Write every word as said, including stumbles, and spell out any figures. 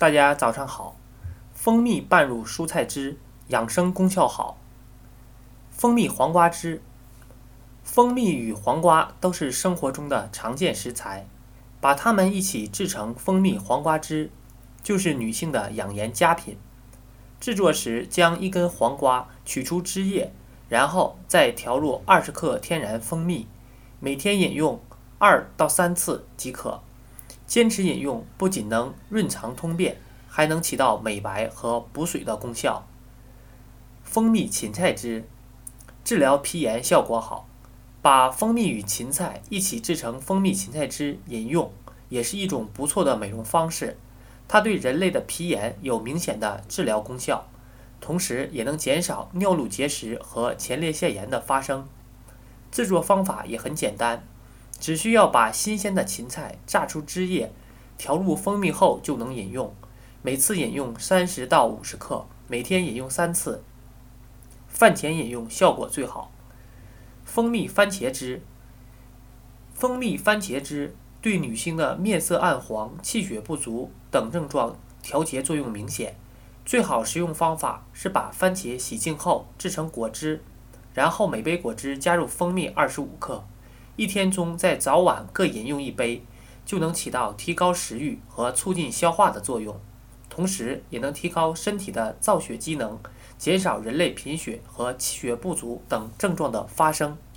大家早上好。蜂蜜拌入蔬菜汁，养生功效好。蜂蜜黄瓜汁。蜂蜜与黄瓜都是生活中的常见食材，把它们一起制成蜂蜜黄瓜汁，就是女性的养颜佳品。制作时，将一根黄瓜取出汁液，然后再调入二十克天然蜂蜜，每天饮用二到三次即可。坚持饮用不仅能润肠通便，还能起到美白和补水的功效。蜂蜜芹菜汁。治疗皮炎效果好，把蜂蜜与芹菜一起制成蜂蜜芹菜汁饮用，也是一种不错的美容方式。它对人类的皮炎有明显的治疗功效，同时也能减少尿路结石和前列腺炎的发生。制作方法也很简单，只需要把新鲜的芹菜榨出汁液，调入蜂蜜后就能饮用。每次饮用三十到五十克，每天饮用三次。饭前饮用效果最好。蜂蜜番茄汁。蜂蜜番茄汁对女性的面色暗黄、气血不足等症状调节作用明显。最好食用方法是把番茄洗净后制成果汁，然后每杯果汁加入蜂蜜二十五克，一天中在早晚各饮用一杯，就能起到提高食欲和促进消化的作用，同时也能提高身体的造血机能，减少人类贫血和气血不足等症状的发生。